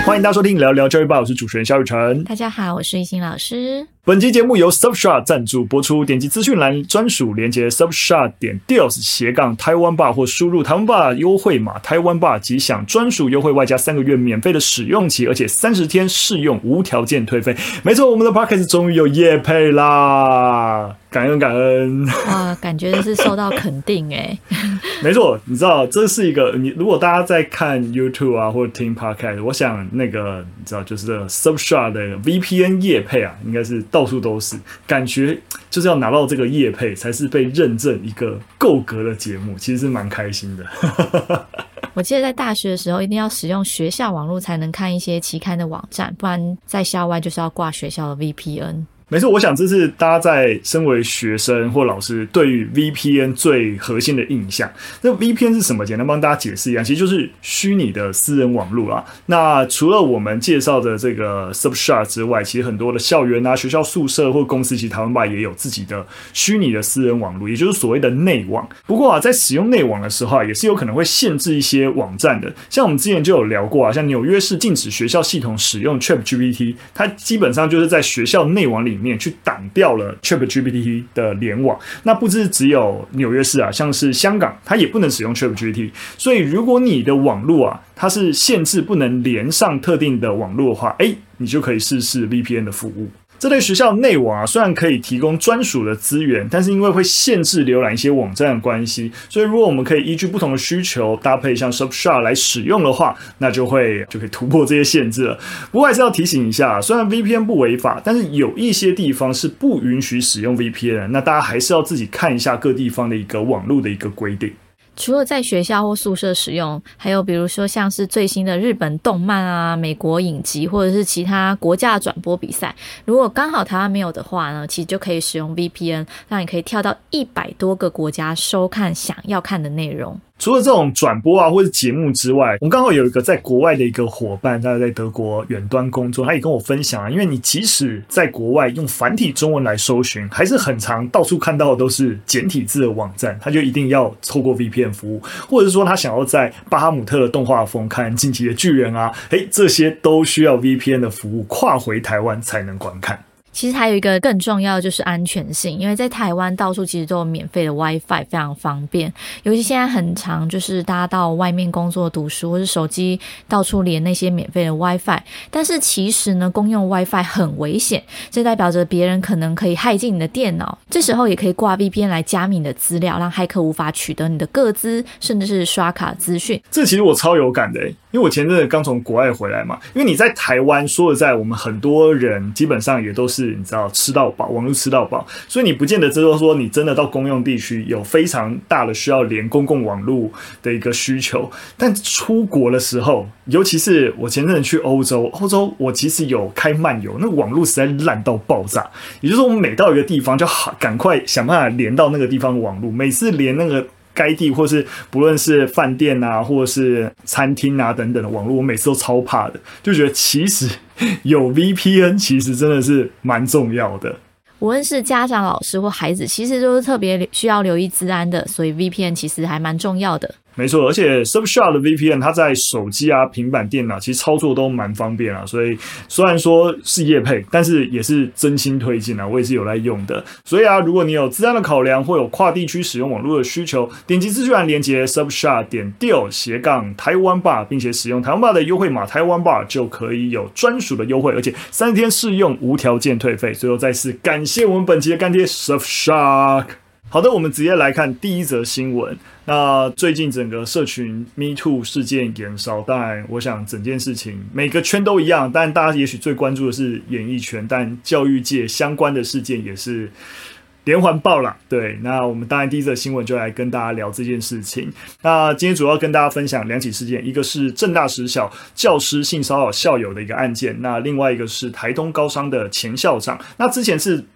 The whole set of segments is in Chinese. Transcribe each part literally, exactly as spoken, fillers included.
欢迎大家收听聊聊教育吧，我是主持人肖雨晨。 大家好，我是一心老师。 本期节目由 Surfshark 赞助播出，点击资讯栏专属连结 surfshark 点 deals 斜杠台湾吧，或输入台湾吧优惠码台湾吧即享专属优惠，外加三个月免费的使用期，而且三十天试用无条件退费。没错，我们的 Podcast 终于有业配啦！感恩感恩， 哇，感觉是受到肯定哎。 没错，你知道这是一个，你如果大家在看 YouTube 啊或者听 Podcast， 我想那个你知道就是这个 Surfshark 的 V P N 业配啊，应该是到处都是，感觉就是要拿到这个业配才是被认证一个够格的节目，其实是蛮开心的。 我记得在大学的时候，一定要使用学校网络才能看一些期刊的网站，不然在校外就是要挂学校的 V P N。 没错，我想这是大家在身为学生或老师对于 V P N 最核心的印象。那 V P N 是什么？简单帮大家解释一下，其实就是虚拟的私人网络啦。那除了我们介绍的这个 Surfshark 之外，其实很多的校园啊、学校宿舍或公司，其实台湾吧也有自己的虚拟的私人网络，也就是所谓的内网。不过啊，在使用内网的时候啊，也是有可能会限制一些网站的。像我们之前就有聊过啊，像纽约市禁止学校系统使用 ChatGPT， 它基本上就是在学校内网里面去挡掉了 ChatGPT 的联网。那不只只有纽约市啊，像是香港它也不能使用 ChatGPT。所以如果你的网络啊它是限制不能连上特定的网络的话，哎，你就可以试试 V P N 的服务。这类学校内网啊，虽然可以提供专属的资源，但是因为会限制浏览一些网站的关系，所以如果我们可以依据不同的需求搭配像 Surfshark 来使用的话，那就会就可以突破这些限制了。不过还是要提醒一下，虽然 V P N 不违法，但是有一些地方是不允许使用 V P N 的，那大家还是要自己看一下各地方的一个网络的一个规定。 除了在学校或宿舍使用，还有比如说像是最新的日本动漫啊、美国影集或者是其他国家的转播比赛，如果刚好台湾没有的话呢，其实就可以使用 V P N， 让你可以跳到一百多个国家收看想要看的内容。 除了这种转播啊或者节目之外，我们刚好有一个在国外的一个伙伴，他在德国远端工作，他也跟我分享啊，因为你即使在国外用繁体中文来搜寻，还是很常到处看到的都是简体字的网站，他就一定要透过 V P N 服务，或者是说他想要在巴哈姆特的动画风看进击的巨人啊，诶，这些都需要 V P N 的服务跨回台湾才能观看。 其实还有一个更重要的就是安全性，因为在台湾到处其实都有免费的 WiFi， 非常方便。尤其现在很常就是大家到外面工作读书，或是手机到处连那些免费的 WiFi， 但是其实呢，公用 WiFi 很危险，这代表着别人可能可以骇进你的电脑。这时候也可以挂 V P N 来加密你的资料，让骇客无法取得你的个资，甚至是刷卡资讯。 这其实我超有感的，因为我前阵子刚从国外回来嘛。因为你在台湾，说实在，我们很多人基本上也都是你知道吃到饱，网络吃到饱，所以你不见得知道说你真的到公用地区有非常大的需要连公共网络的一个需求。但出国的时候，尤其是我前阵子去欧洲，欧洲我其实有开漫游，那网络实在烂到爆炸。也就是说，我们每到一个地方就好赶快想办法连到那个地方的网络，每次连那个该地或是不论是饭店啊或者是餐厅啊等等的网络，我每次都超怕的，就觉得其实有 V P N 其实真的是蛮重要的。 无论是家长、老师或孩子，其实都是特别需要留意资安的，所以 V P N 其实还蛮重要的。 没错，而且 Surfshark 的 V P N 它在手机啊、平板电脑其实操作都蛮方便啊，所以虽然说是业配，但是也是真心推荐啊，我也是有在用的。所以啊，如果你有资安的考量或有跨地区使用网络的需求，点击资讯栏连结 surfshark 点 deal 斜杠台湾吧，并且使用台湾吧的优惠码台湾吧，就可以有专属的优惠，而且三十天试用无条件退费。最后再次感谢我们本期的干爹 Surfshark。好的，我们直接来看第一则新闻。那最近整个社群 Me Too 事件延烧，当然我想整件事情每个圈都一样，但大家也许最关注的是演艺圈，但教育界相关的事件也是连环爆啦。对，那我们当然第一则新闻就来跟大家聊这件事情。那今天主要跟大家分享两起事件，一个是政大实小教师性骚扰校友的一个案件，那另外一个是台东高商的前校长。那之前是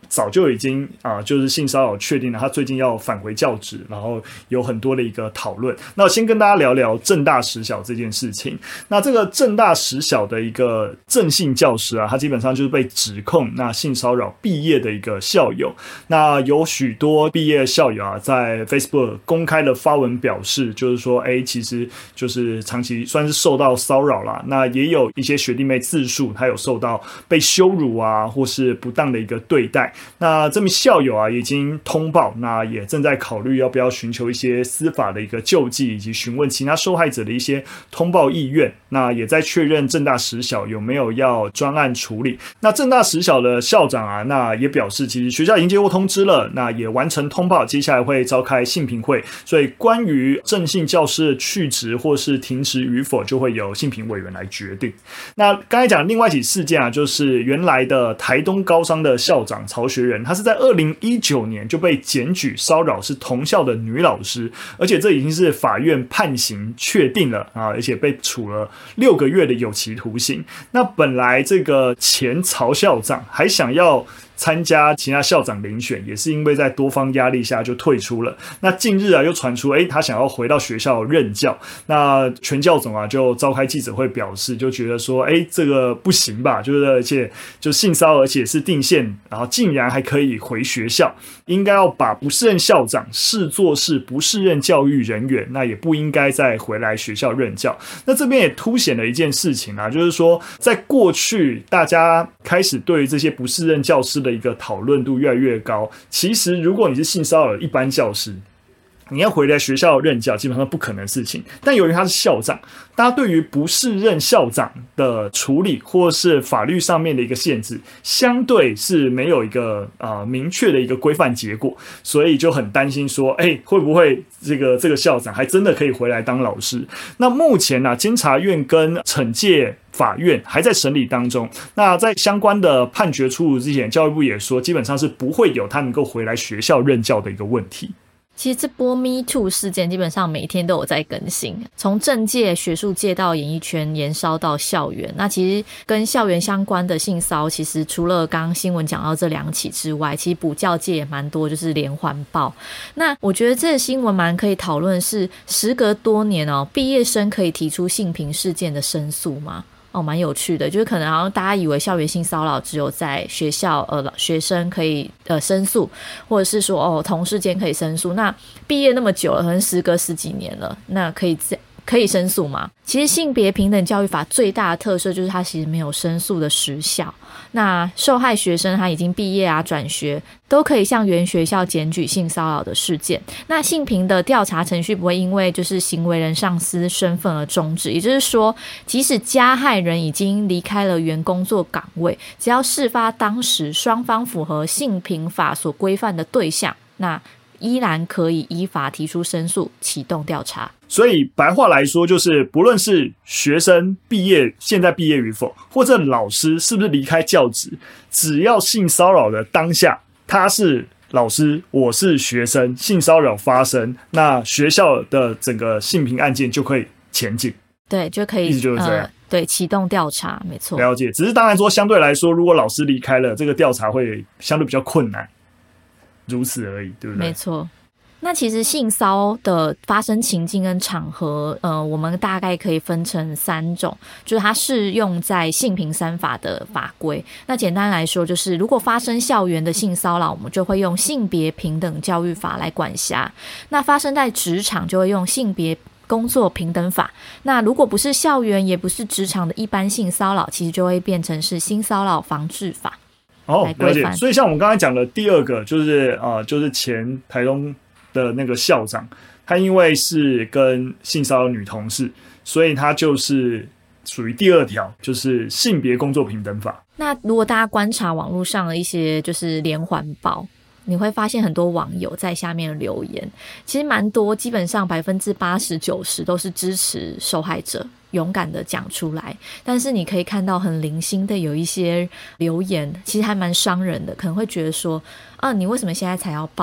早就已经啊、呃，就是性骚扰确定了，他最近要返回教职，然后有很多的一个讨论。那我先跟大家聊聊政大实小这件事情。那这个政大实小的一个正性教师啊，他基本上就是被指控那性骚扰毕业的一个校友。那有许多毕业校友啊，在 Facebook 公开的发文表示，就是说，哎，其实就是长期算是受到骚扰啦。那也有一些学弟妹自述，他有受到被羞辱啊，或是不当的一个对待。那这名校友啊，已经通报，那也正在考虑要不要寻求一些司法的一个救济，以及询问其他受害者的一些通报意愿。那也在确认政大实小有没有要专案处理。那政大实小的校长啊，那也表示，其实学校已经接获通知了，那也完成通报，接下来会召开性评会。所以关于正性教师的去职或是停职与否，就会由性评委员来决定。那刚才讲的另外一起事件啊，就是原来的台东高商的校长曹学仁，他是在二零一九年就被检举骚扰是同校的女老师，而且这已经是法院判刑确定了啊，而且被处了六个月的有期徒刑。那本来这个前曹校长还想要参加其他校长遴选，也是因为在多方压力下就退出了。那近日啊，又传出，哎，他想要回到学校任教。那全教总啊，就召开记者会表示，就觉得说，哎，这个不行吧？就是而且就性骚扰，而且是定线，然后竟然还可以回学校，应该要把不适任校长视作是不适任教育人员，那也不应该再回来学校任教。那这边也凸显了一件事情啊，就是说，在过去大家开始对于这些不适任教师的的一个讨论度越来越高。其实如果你是性骚扰一般教师，你要回来学校任教基本上不可能的事情，但由于他是校长，大家对于不适任校长的处理或是法律上面的一个限制，相对是没有一个、呃、明确的一个规范结果，所以就很担心说，哎，会不会这个这个校长还真的可以回来当老师？那目前呢、啊，监察院跟惩戒法院还在审理当中。那在相关的判决出炉之前，教育部也说，基本上是不会有他能够回来学校任教的一个问题。 其实这波 Me Too 事件基本上每天都有在更新，从政界、学术界到演艺圈，延烧到校园。那其实跟校园相关的性骚，其实除了刚刚新闻讲到这两起之外，其实补教界也蛮多，就是连环爆。那我觉得这个新闻蛮可以讨论是，时隔多年哦，毕业生可以提出性平事件的申诉吗？哦，蛮有趣的，就是可能好像大家以为校园性骚扰只有在学校呃学生可以呃申诉，或者是说哦同事间可以申诉。那毕业那么久了，可能时隔十几年了，那可以可以申诉吗？其实性别平等教育法最大的特色就是它其实没有申诉的时效。那受害学生他已经毕业啊转学，都可以向原学校检举性骚扰的事件。那性平的调查程序不会因为就是行为人丧失身份而终止，也就是说，即使加害人已经离开了原工作岗位，只要事发当时双方符合性平法所规范的对象，那依然可以依法提出申诉，启动调查。 所以白话来说，就是不论是学生毕业现在毕业与否，或者老师是不是离开教职，只要性骚扰的当下他是老师，我是学生，性骚扰发生，那学校的整个性平案件就可以前进。 对，就可以， 意思就是这样。呃对，启动调查，没错。 了解，只是当然说，相对来说，如果老师离开了，这个调查会相对比较困难，如此而已，对不对？ 没错。那其实性骚的发生情境跟场合，呃，我们大概可以分成三种，就是它适用在性平三法的法规。那简单来说，就是如果发生校园的性骚扰，我们就会用性别平等教育法来管辖；那发生在职场，就会用性别工作平等法。那如果不是校园，也不是职场的一般性骚扰，其实就会变成是性骚扰防治法。 哦，了解。所以像我们刚才讲的第二个，就是呃，就是前台东的那个校长，他因为是跟性骚扰女同事，所以他就是属于第二条，就是性别工作平等法。 那如果大家观察网络上的一些就是连环爆，你会发现很多网友在下面留言，其实蛮多，基本上百分之八十九十都是支持受害者勇敢的讲出来。但是你可以看到很零星的有一些留言，其实还蛮伤人的，可能会觉得说，啊，你为什么现在才要报？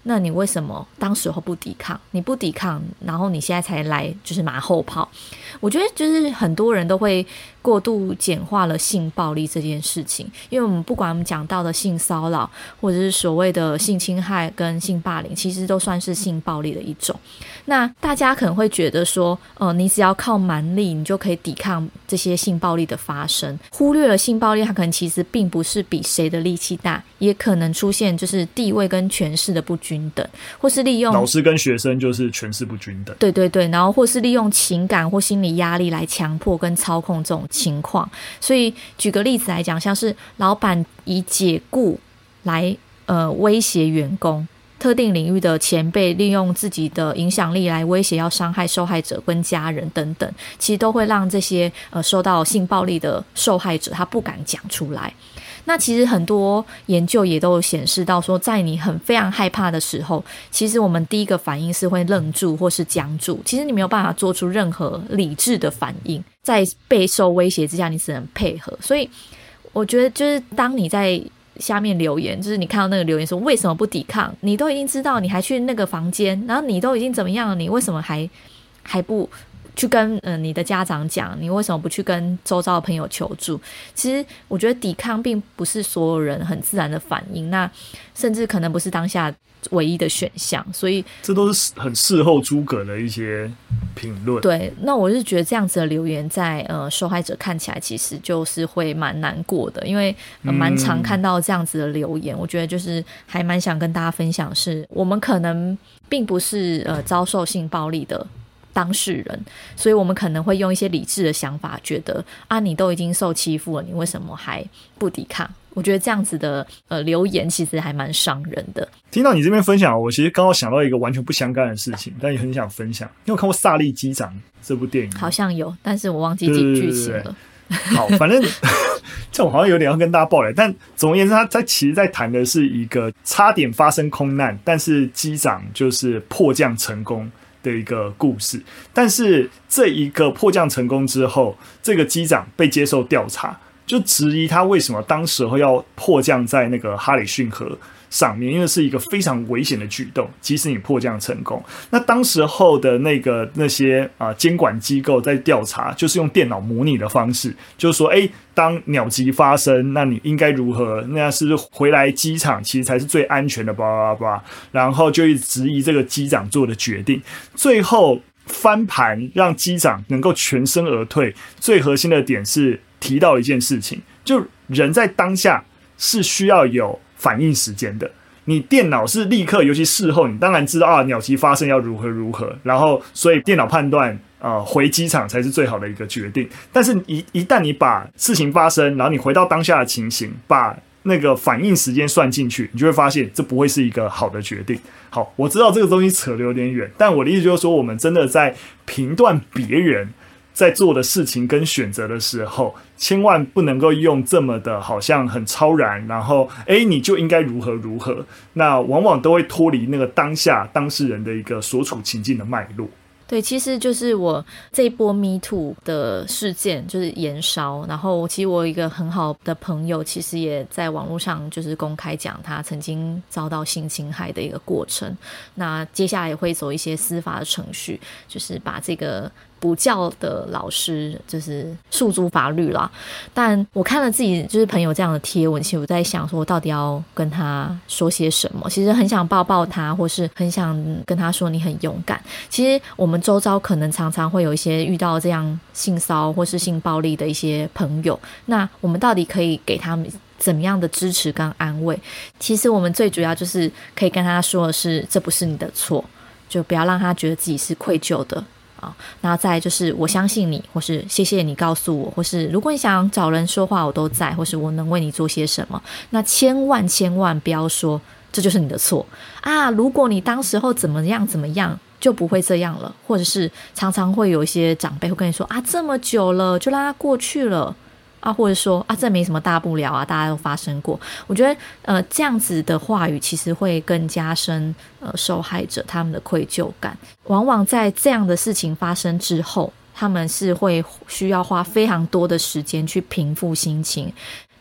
那你为什么当时候不抵抗？你不抵抗，然后你现在才来就是马后炮。我觉得就是很多人都会过度简化了性暴力这件事情，因为我们不管我们讲到的性骚扰或者是所谓的性侵害跟性霸凌，其实都算是性暴力的一种。那大家可能会觉得说呃，你只要靠蛮力你就可以抵抗这些性暴力的发生，忽略了性暴力它可能其实并不是比谁的力气大，也可能出现就是地位跟权势的不均等，或是利用老师跟学生就是权势不均等， 对对对，然后或是利用情感或心理压力来强迫跟操控这种情况。所以举个例子来讲，像是老板以解雇来呃威胁员工，特定领域的前辈利用自己的影响力来威胁要伤害受害者跟家人等等，其实都会让这些呃受到性暴力的受害者他不敢讲出来。那其实很多研究也都有显示到说，在你很非常害怕的时候，其实我们第一个反应是会愣住或是僵住，其实你没有办法做出任何理智的反应，在备受威胁之下你只能配合。所以我觉得就是当你在下面留言，就是你看到那个留言说为什么不抵抗，你都已经知道，你还去那个房间，然后你都已经怎么样了，你为什么还还不去跟、呃、你的家长讲，你为什么不去跟周遭的朋友求助？其实我觉得抵抗并不是所有人很自然的反应，那甚至可能不是当下唯一的选项，所以这都是很事后诸葛的一些评论。 对，那我是觉得这样子的留言在呃受害者看起来其实就是会蛮难过的，因为呃蛮常看到这样子的留言、嗯、我觉得就是还蛮想跟大家分享，是我们可能并不是呃遭受性暴力的当事人，所以我们可能会用一些理智的想法觉得啊，你都已经受欺负了，你为什么还不抵抗？我觉得这样子的呃留言其实还蛮伤人的。 听到你这边分享，我其实刚好想到一个完全不相干的事情，但也很想分享。你有看过《萨利机长》这部电影吗？ 好像有，但是我忘记剧情了。 好，反正这种好像有点要跟大家爆雷，但总而言之，他他其实在谈的是一个差点发生空难，但是机长就是迫降成功的一个故事。但是这一个迫降成功之后，这个机长被接受调查，就质疑他为什么当时候要迫降在那个哈里逊河上面，因为是一个非常危险的举动，即使你迫降成功。那当时候的那个那些啊、呃、监管机构在调查，就是用电脑模拟的方式，就是说，哎，当鸟击发生，那你应该如何？那是不是回来机场其实才是最安全的？叭叭叭，然后就一直质疑这个机长做的决定，最后翻盘，让机长能够全身而退。最核心的点是提到一件事情，就人在当下是需要有反应时间的，你电脑是立刻，尤其事后，你当然知道啊，鸟击发生要如何如何，然后所以电脑判断呃回机场才是最好的一个决定。但是一一旦你把事情发生，然后你回到当下的情形，把那个反应时间算进去，你就会发现这不会是一个好的决定。好，我知道这个东西扯得有点远，但我的意思就是说，我们真的在评断别人在做的事情跟选择的时候，千万不能够用这么的好像很超然，然后哎你就应该如何如何，那往往都会脱离那个当下当事人的一个所处情境的脉络。 对，其实就是我这一波 Me Too 的事件就是延烧，然后其实我有一个很好的朋友其实也在网络上就是公开讲他曾经遭到性侵害的一个过程，那接下来也会走一些司法的程序，就是把这个补教的老师就是诉诸法律啦。但我看了自己就是朋友这样的贴文，其实我在想说我到底要跟他说些什么，其实很想抱抱他，或是很想跟他说你很勇敢。其实我们周遭可能常常会有一些遇到这样性骚或是性暴力的一些朋友，那我们到底可以给他们怎么样的支持跟安慰？其实我们最主要就是可以跟他说的是这不是你的错，就不要让他觉得自己是愧疚的。然后再来就是我相信你，或是谢谢你告诉我，或是如果你想找人说话我都在，或是我能为你做些什么，那千万千万不要说这就是你的错啊，如果你当时候怎么样怎么样就不会这样了，或者是常常会有一些长辈会跟你说啊，这么久了就让它过去了啊，或者说啊，这没什么大不了啊，大家都发生过。我觉得呃，这样子的话语其实会更加深呃受害者他们的愧疚感。往往在这样的事情发生之后，他们是会需要花非常多的时间去平复心情。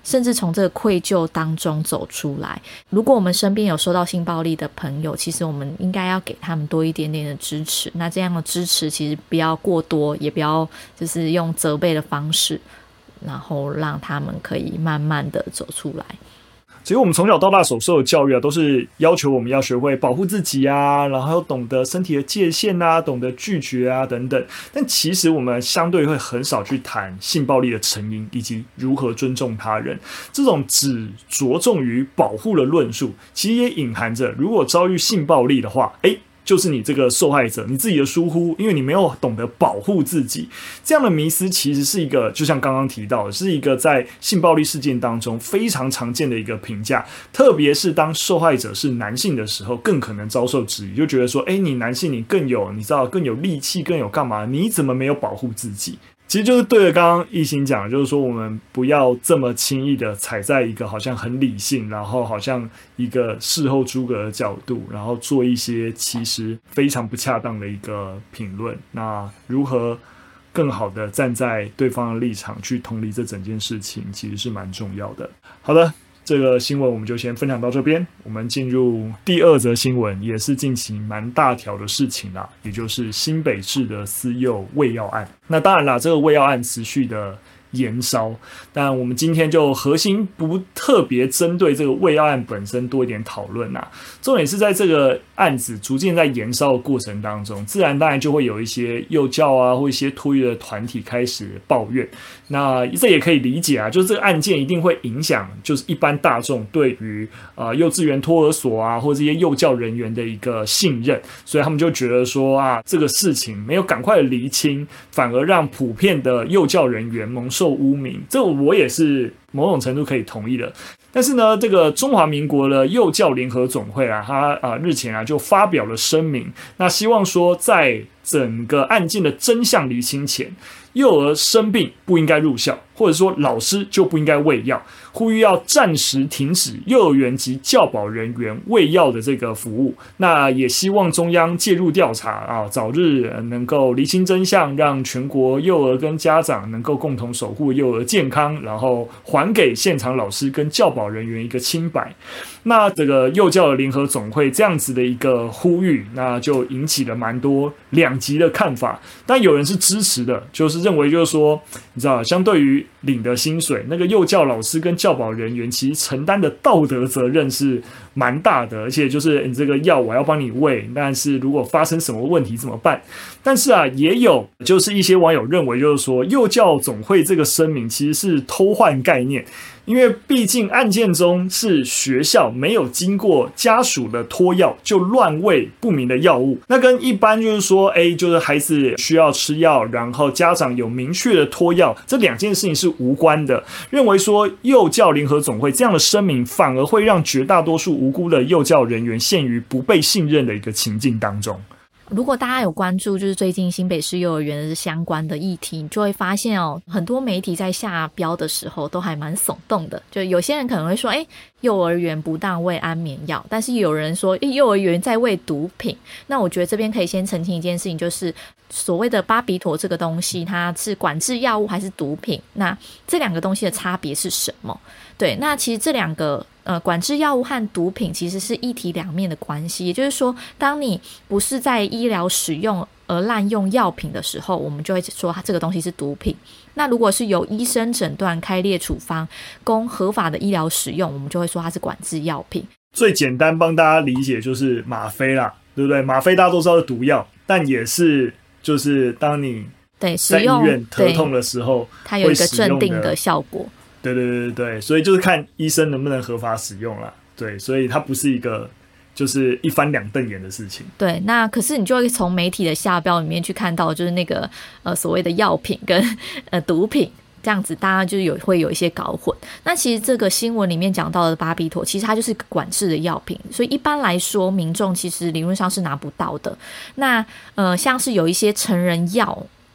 甚至从这个愧疚当中走出来。如果我们身边有受到性暴力的朋友，其实我们应该要给他们多一点点的支持。那这样的支持其实不要过多，也不要就是用责备的方式，然后让他们可以慢慢的走出来。 其实我们从小到大所受的教育啊，都是要求我们要学会保护自己啊，然后懂得身体的界限啊，懂得拒绝啊等等。但其实我们相对会很少去谈性暴力的成因以及如何尊重他人。这种只着重于保护的论述，其实也隐含着如果遭遇性暴力的话，诶就是你这个受害者你自己的疏忽，因为你没有懂得保护自己。这样的迷思其实是一个，就像刚刚提到的，是一个在性暴力事件当中非常常见的一个评价，特别是当受害者是男性的时候，更可能遭受质疑，就觉得说，哎，你男性你更有，你知道更有力气，更有干嘛？你怎么没有保护自己？其实就是对着刚刚一心讲的，就是说我们不要这么轻易的踩在一个好像很理性，然后好像一个事后诸葛的角度，然后做一些其实非常不恰当的一个评论。那如何更好的站在对方的立场去同理这整件事情，其实是蛮重要的。好的，这个新闻我们就先分享到这边，我们进入第二则新闻，也是近期蛮大条的事情啦，也就是新北市的私幼喂药案。那当然啦，这个喂药案持续的延烧，但我们今天就核心不特别针对这个喂药案本身多一点讨论啦，重点是在这个案子逐渐在延烧的过程当中，自然当然就会有一些幼教啊或一些托育的团体开始抱怨。那这也可以理解啊，就是这个案件一定会影响就是一般大众对于呃幼稚园托儿所啊或者这些幼教人员的一个信任，所以他们就觉得说啊，这个事情没有赶快的厘清，反而让普遍的幼教人员蒙受污名，这我也是某种程度可以同意的。但是呢，这个中华民国的幼教联合总会啊，他啊日前啊就发表了声明，那希望说在整个案件的真相厘清前，幼儿生病不应该入校，或者说老师就不应该喂药，呼吁要暂时停止幼儿园及教保人员喂药的这个服务。那也希望中央介入调查啊，早日能够厘清真相，让全国幼儿跟家长能够共同守护幼儿健康，然后还给现场老师跟教保人员一个清白。那这个幼教的联合总会这样子的一个呼吁，那就引起了蛮多两极的看法。但有人是支持的，就是认为就是说，你知道，相对于领的薪水，那个幼教老师跟教保人员其实承担的道德责任是蛮大的，而且就是你这个药我要帮你喂，但是如果发生什么问题怎么办？但是啊，也有就是一些网友认为，就是说幼教总会这个声明其实是偷换概念。因为毕竟案件中是学校没有经过家属的托药就乱喂不明的药物，那跟一般就是说，哎，就是孩子需要吃药，然后家长有明确的托药，这两件事情是无关的。认为说幼教联合总会这样的声明，反而会让绝大多数无辜的幼教人员陷于不被信任的一个情境当中。 如果大家有关注就是最近新北市幼儿园的相关的议题，你就会发现哦，很多媒体在下标的时候都还蛮耸动的。就有些人可能会说，哎，幼儿园不当喂安眠药，但是有人说，哎，幼儿园在喂毒品。那我觉得这边可以先澄清一件事情，就是所谓的巴比妥这个东西，它是管制药物还是毒品？那这两个东西的差别是什么？对，那其实这两个呃管制药物和毒品其实是一体两面的关系，也就是说，当你不是在医疗使用而滥用药品的时候，我们就会说这个东西是毒品。那如果是由医生诊断开列处方供合法的医疗使用，我们就会说它是管制药品。 最简单帮大家理解就是吗啡啦，对不对？吗啡大家都知道是毒药，但也是就是当你对在医院疼痛的时候， 它有一个镇定的效果。 对对对对，所以就是看医生能不能合法使用啦。对，所以它不是一个就是一翻两瞪眼的事情。 对，那可是你就会从媒体的下标里面去看到，就是那个呃所谓的药品跟呃毒品。这样子大家就有会有一些搞混。那其实这个新闻里面讲到的巴比妥，其实它就是管制的药品，所以一般来说民众其实理论上是拿不到的。那呃像是有一些成人药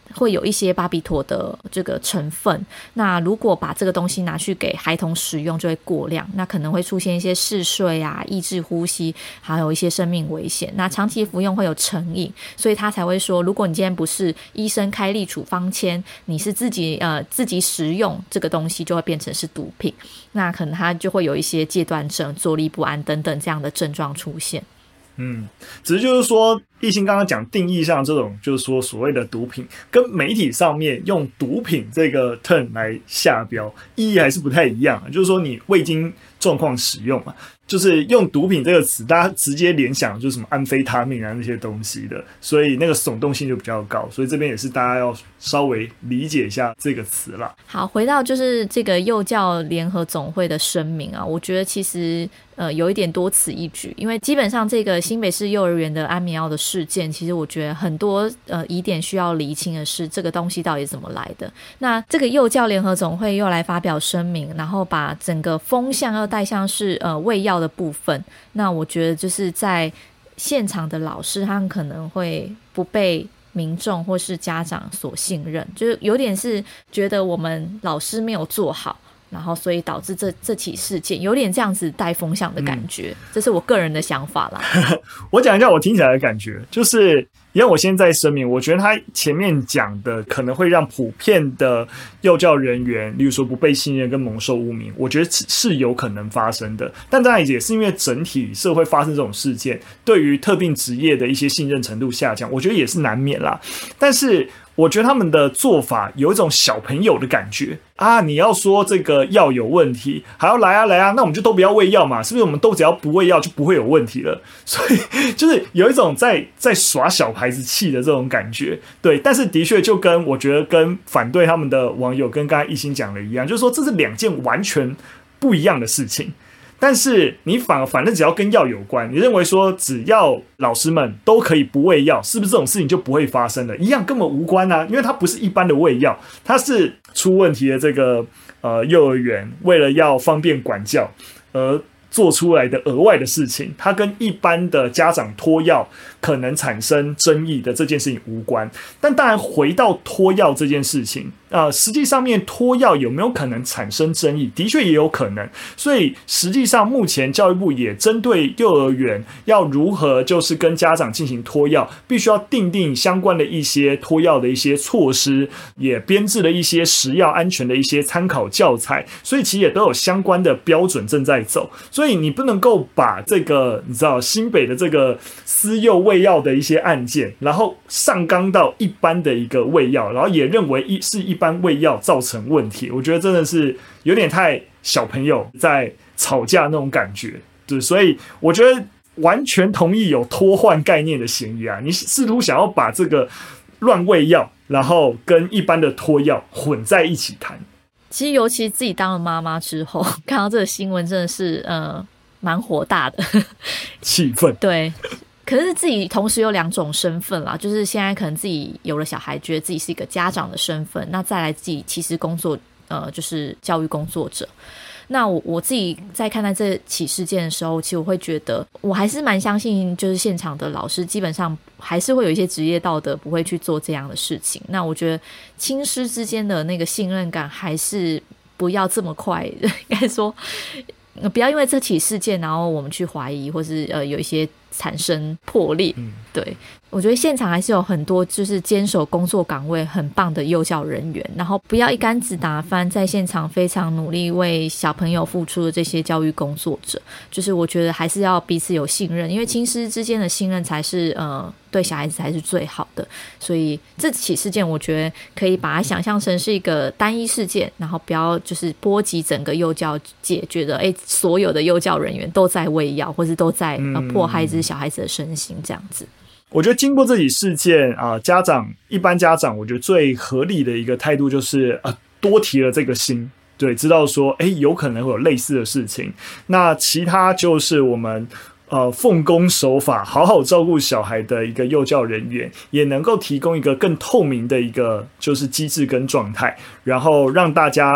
会有一些巴比妥的这个成分，那如果把这个东西拿去给孩童使用就会过量，那可能会出现一些嗜睡啊、抑制呼吸，还有一些生命危险，那长期服用会有成瘾，所以他才会说如果你今天不是医生开立处方签，你是自己呃自己食用这个东西就会变成是毒品，那可能他就会有一些戒断症、坐立不安等等这样的症状出现。 嗯，只是就是说，奕欣刚刚讲定义上这种，就是说所谓的毒品，跟媒体上面用毒品这个 term 来下标，意义还是不太一样。就是说，你未经状况使用嘛，就是用毒品这个词，大家直接联想就是什么安非他命啊那些东西的，所以那个耸动性就比较高。所以这边也是大家要稍微理解一下这个词啦。 好，回到就是这个幼教联合总会的声明啊，我觉得其实呃有一点多此一举，因为基本上这个新北市幼儿园的安眠药的事件，其实我觉得很多呃疑点需要厘清的是这个东西到底怎么来的。那这个幼教联合总会又来发表声明，然后把整个风向要带向是呃喂药的部分，那我觉得就是在现场的老师他们可能会不被民众或是家长所信任，就是有点是觉得我们老师没有做好，然后所以导致这这起事件有点这样子带风向的感觉、嗯、这是我个人的想法啦。 我讲一下我听起来的感觉，就是因为我现在声明，我觉得他前面讲的可能会让普遍的幼教人员，例如说不被信任跟蒙受污名，我觉得是有可能发生的。但当然也是因为整体社会发生这种事件，对于特定职业的一些信任程度下降，我觉得也是难免啦。但是我觉得他们的做法有一种小朋友的感觉啊！你要说这个药有问题，还要来啊来啊，那我们就都不要喂药嘛，是不是？我们都只要不喂药就不会有问题了。所以就是有一种在在耍小孩子气的这种感觉，对。但是的确就跟我觉得跟反对他们的网友跟刚才奕欣讲的一样，就是说这是两件完全不一样的事情。但是你反反正只要跟药有关，你认为说只要老师们都可以不喂药，是不是这种事情就不会发生了？一样根本无关啊，因为它不是一般的喂药，它是出问题的这个呃幼儿园为了要方便管教而做出来的额外的事情，它跟一般的家长托药可能产生争议的这件事情无关。但当然回到托药这件事情，呃，实际上面托药有没有可能产生争议？的确也有可能。所以实际上目前教育部也针对幼儿园要如何就是跟家长进行托药，必须要订定相关的一些托药的一些措施，也编制了一些食药安全的一些参考教材，所以其实也都有相关的标准正在走。所以你不能够把这个你知道新北的这个私幼喂药的一些案件，然后上纲到一般的一个喂药，然后也认为是一般喂药造成问题，我觉得真的是有点太小朋友在吵架那种感觉。对，所以我觉得完全同意有拖换概念的嫌疑啊！你试图想要把这个乱喂药，然后跟一般的托药混在一起谈。 其实尤其自己当了妈妈之后，看到这个新闻真的是呃蛮火大的， 气愤。 对，可是自己同时有两种身份啦，就是现在可能自己有了小孩，觉得自己是一个家长的身份，那再来自己其实工作呃就是教育工作者。那我我自己在看待这起事件的时候，其实我会觉得我还是蛮相信就是现场的老师基本上还是会有一些职业道德，不会去做这样的事情。那我觉得亲师之间的那个信任感还是不要这么快，应该说不要因为这起事件然后我们去怀疑或是呃有一些产生破裂。嗯，对，我觉得现场还是有很多就是坚守工作岗位很棒的幼教人员，然后不要一竿子打翻在现场非常努力为小朋友付出的这些教育工作者，就是我觉得还是要彼此有信任，因为亲师之间的信任才是呃对小孩子才是最好的。所以这起事件我觉得可以把它想象成是一个单一事件，然后不要就是波及整个幼教界，觉得哎所有的幼教人员都在喂药或是都在、呃、迫害这小孩子的身心这样子。 我觉得经过这起事件啊、呃，家长一般家长，我觉得最合理的一个态度就是呃多提了这个心，对，知道说哎有可能会有类似的事情。那其他就是我们呃奉公守法，好好照顾小孩的一个幼教人员，也能够提供一个更透明的一个就是机制跟状态，然后让大家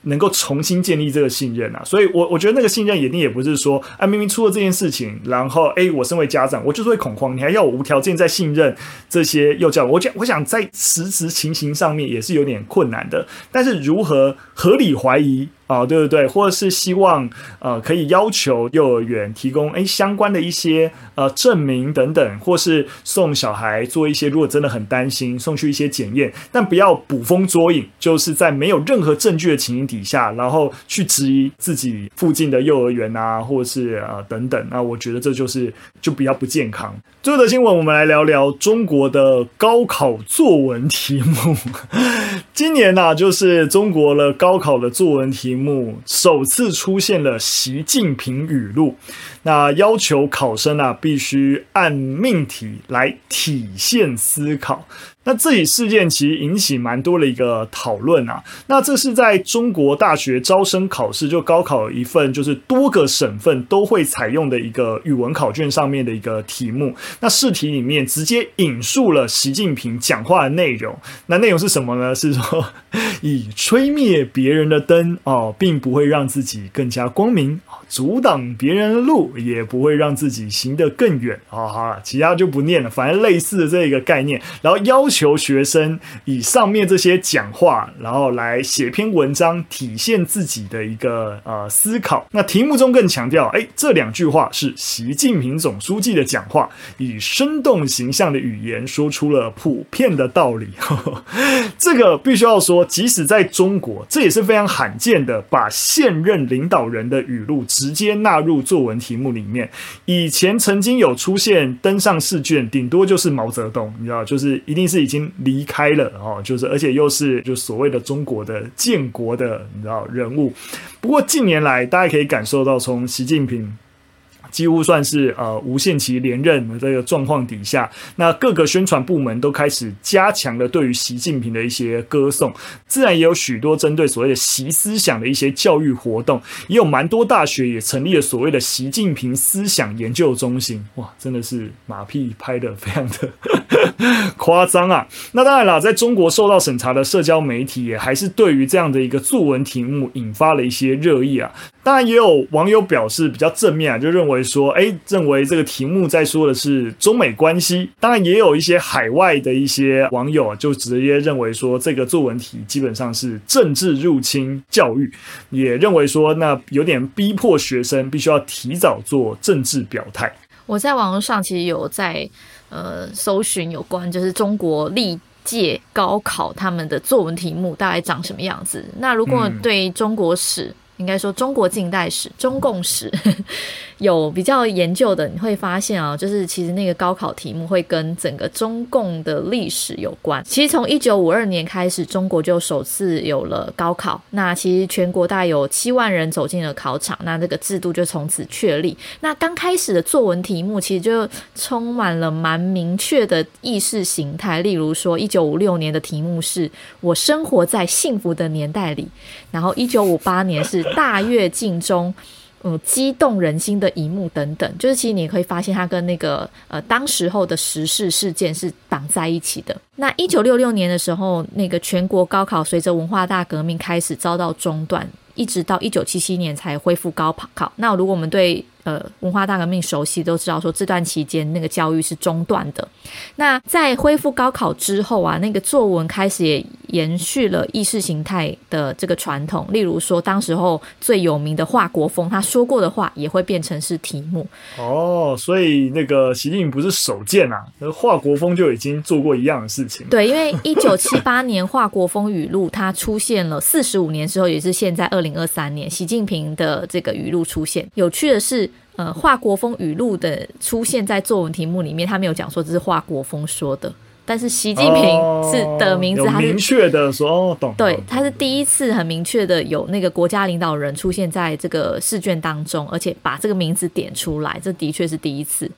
能够重新建立这个信任啊。所以我我觉得那个信任一定也不是说啊，明明出了这件事情，然后哎，我身为家长我就是会恐慌，你还要我无条件再信任这些幼教，我讲我想在实质情形上面也是有点困难的。但是如何合理怀疑啊、哦，对不对？或者是希望呃可以要求幼儿园提供哎相关的一些呃证明等等，或是送小孩做一些如果真的很担心送去一些检验，但不要捕风捉影，就是在没有任何证据的情形底下，然后去质疑自己附近的幼儿园啊，或者是呃等等。那我觉得这就是就比较不健康。最后的新闻，我们来聊聊中国的高考作文题目。今年啊，就是中国的高考的作文题目首次出现了习近平语录，那要求考生啊必须按命题来体现思考。那这起事件其实引起蛮多的一个讨论啊。那这是在中国大学招生考试，就高考一份就是多个省份都会采用的一个语文考卷上面的一个题目。那试题里面直接引述了习近平讲话的内容。那内容是什么呢？是说以吹灭别人的灯哦，并不会让自己更加光明，阻挡别人的路也不会让自己行得更远。好好了，其他就不念了，反正类似的这个概念，然后要求学生以上面这些讲话，然后来写篇文章，体现自己的一个呃思考。那题目中更强调，哎，这两句话是习近平总书记的讲话，以生动形象的语言说出了普遍的道理。这个必须要说，即使在中国，这也是非常罕见的，把现任领导人的语录直接纳入作文题目里面。以前曾经有出现登上试卷，顶多就是毛泽东，你知道，就是一定是已经离开了哦，就是而且又是就所谓的中国的建国的你知道人物。不过近年来，大家可以感受到，从习近平几乎算是呃无限期连任的这个状况底下，那各个宣传部门都开始加强了对于习近平的一些歌颂，自然也有许多针对所谓的习思想的一些教育活动，也有蛮多大学也成立了所谓的习近平思想研究中心。哇，真的是马屁拍得非常的夸张啊！那当然啦，在中国受到审查的社交媒体也还是对于这样的一个作文题目引发了一些热议啊。当然也有网友表示比较正面啊，就认为说，哎，认为这个题目在说的是中美关系。当然也有一些海外的一些网友就直接认为说，这个作文题基本上是政治入侵教育，也认为说那有点逼迫学生必须要提早做政治表态。 我在网络上其实有在呃搜寻有关就是中国历届高考他们的作文题目大概长什么样子。那如果对中国史、嗯应该说中国近代史、中共史呵呵有比较研究的，你会发现啊，就是其实那个高考题目会跟整个中共的历史有关。其实从一九五二年开始，中国就首次有了高考，那其实全国大概有七万人走进了考场，那这个制度就从此确立。那刚开始的作文题目其实就充满了蛮明确的意识形态，例如说一九五六年的题目是我生活在幸福的年代里，然后一九五八年是大跃进中嗯，激动人心的一幕等等，就是其实你可以发现它跟那个呃当时候的时事事件是绑在一起的。那一九六六年的时候，那个全国高考随着文化大革命开始遭到中断，一直到一九七七年才恢复高考。那如果我们对呃文化大革命熟悉，都知道说这段期间那个教育是中断的。那在恢复高考之后啊，那个作文开始也延续了意识形态的这个传统，例如说当时候最有名的华国锋他说过的话也会变成是题目。 哦，所以那个习近平不是首见啊，华国锋就已经做过一样的事情。 对，因为一九七八年华国锋语录它出现了四十五年之后，也是现在二零二三年习近平的这个语录出现。有趣的是呃，华国锋语录的出现在作文题目里面，他没有讲说这是华国锋说的，但是习近平是的名字， 哦、有明确的说，哦，懂。 对，他是第一次很明确的有那个国家领导人出现在这个试卷当中，而且把这个名字点出来，这的确是第一次。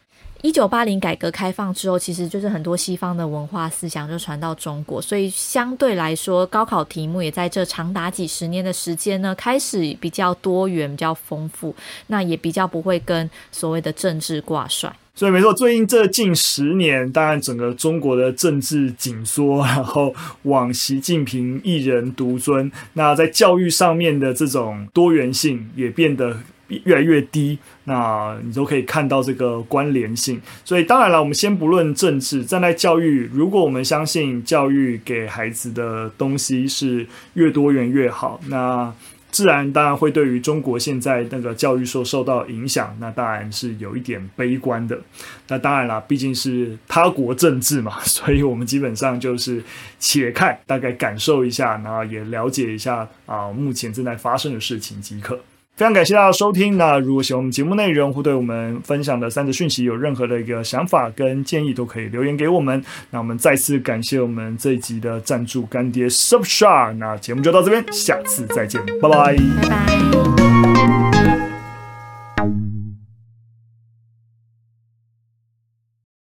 一九八零改革开放之后，其实就是很多西方的文化思想就传到中国，所以相对来说高考题目也在这长达几十年的时间呢，开始比较多元比较丰富，那也比较不会跟所谓的政治挂帅。 所以没错，最近这近十年，当然整个中国的政治紧缩，然后往习近平一人独尊，那在教育上面的这种多元性也变得越来越低，那你都可以看到这个关联性。所以当然了，我们先不论政治，站在教育，如果我们相信教育给孩子的东西是越多元越好，那自然当然会对于中国现在那个教育所受到影响，那当然是有一点悲观的。那当然啦，毕竟是他国政治嘛，所以我们基本上就是且看，大概感受一下，然后也了解一下啊目前正在发生的事情即可。非常感谢大家的收听。那如果喜欢我们节目内容，或对我们分享的三则讯息有任何的一个想法跟建议，都可以留言给我们。那我们再次感谢我们这一集的赞助干爹 Surfshark。那节目就到这边，下次再见，拜拜， 拜拜。